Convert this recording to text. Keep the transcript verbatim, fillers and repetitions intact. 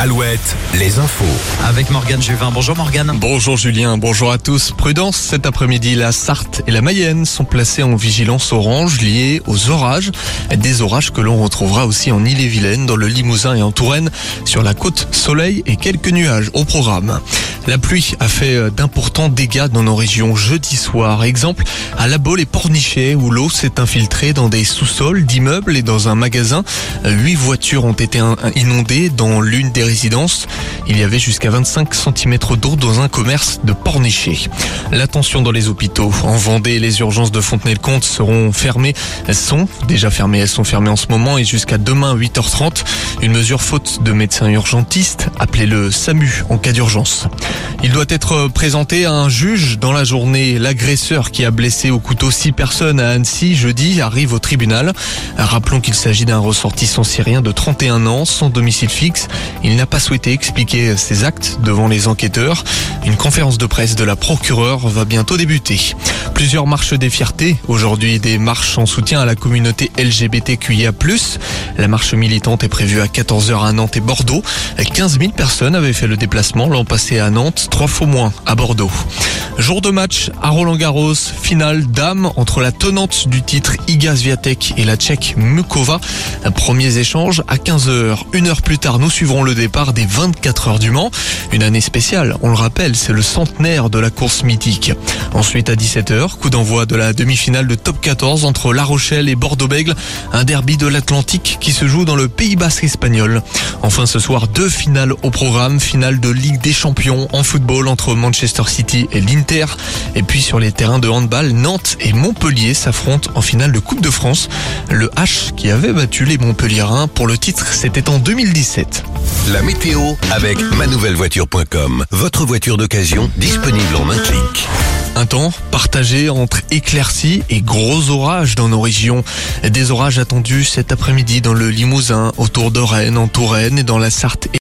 Alouette, les infos. Avec Morgane Juvin. Bonjour Morgane. Bonjour Julien, bonjour à tous. Prudence, cet après-midi, la Sarthe et la Mayenne sont placées en vigilance orange liée aux orages. Des orages que l'on retrouvera aussi en Ille-et-Vilaine, dans le Limousin et en Touraine. Sur la côte, soleil et quelques nuages au programme. La pluie a fait d'importants dégâts dans nos régions jeudi soir. Exemple, à La Baule et Pornichet, où l'eau s'est infiltrée dans des sous-sols d'immeubles et dans un magasin. Huit voitures ont été inondées dans l'une des résidences. Il y avait jusqu'à vingt-cinq centimètres d'eau dans un commerce de Pornichet. L'attention dans les hôpitaux. En Vendée, les urgences de Fontenay-le-Comte seront fermées. Elles sont déjà fermées. Elles sont fermées en ce moment et jusqu'à demain huit heures trente. Une mesure faute de médecins urgentistes. Appelez-le SAMU en cas d'urgence. Il doit être présenté à un juge dans la journée. L'agresseur qui a blessé au couteau six personnes à Annecy jeudi arrive au tribunal. Rappelons qu'il s'agit d'un ressortissant syrien de trente et un ans, sans domicile fixe. Il n'a pas souhaité expliquer ses actes devant les enquêteurs. Une conférence de presse de la procureure va bientôt débuter. Plusieurs marches des fiertés. Aujourd'hui, des marches en soutien à la communauté L G B T Q I A plus. La marche militante est prévue à quatorze heures à Nantes et Bordeaux. quinze mille personnes avaient fait le déplacement l'an passé à Nantes, trois fois moins à Bordeaux. Jour de match à Roland-Garros, finale dames entre la tenante du titre Iga Swiatek et la Tchèque Mukova. Premiers échanges à quinze heures. Une heure plus tard, nous suivrons le départ des vingt-quatre heures du Mans. Une année spéciale, on le rappelle, c'est le centenaire de la course mythique. Ensuite à dix-sept heures, coup d'envoi de la demi-finale de top quatorze entre La Rochelle et Bordeaux-Bègles. Un derby de l'Atlantique qui se joue dans le Pays basque espagnol. Enfin ce soir, deux finales au programme. Finale de Ligue des Champions en football entre Manchester City et l'Inter. Et puis sur les terrains de handball, Nantes et Montpellier s'affrontent en finale de Coupe de France. Le H qui avait battu les Montpelliérains pour le titre, c'était en deux mille dix-sept. La météo avec manouvellevoiture point com. Votre voiture d'occasion disponible en un clic. Un temps partagé entre éclaircies et gros orages dans nos régions. Des orages attendus cet après-midi dans le Limousin, autour de Rennes, en Touraine et dans la Sarthe.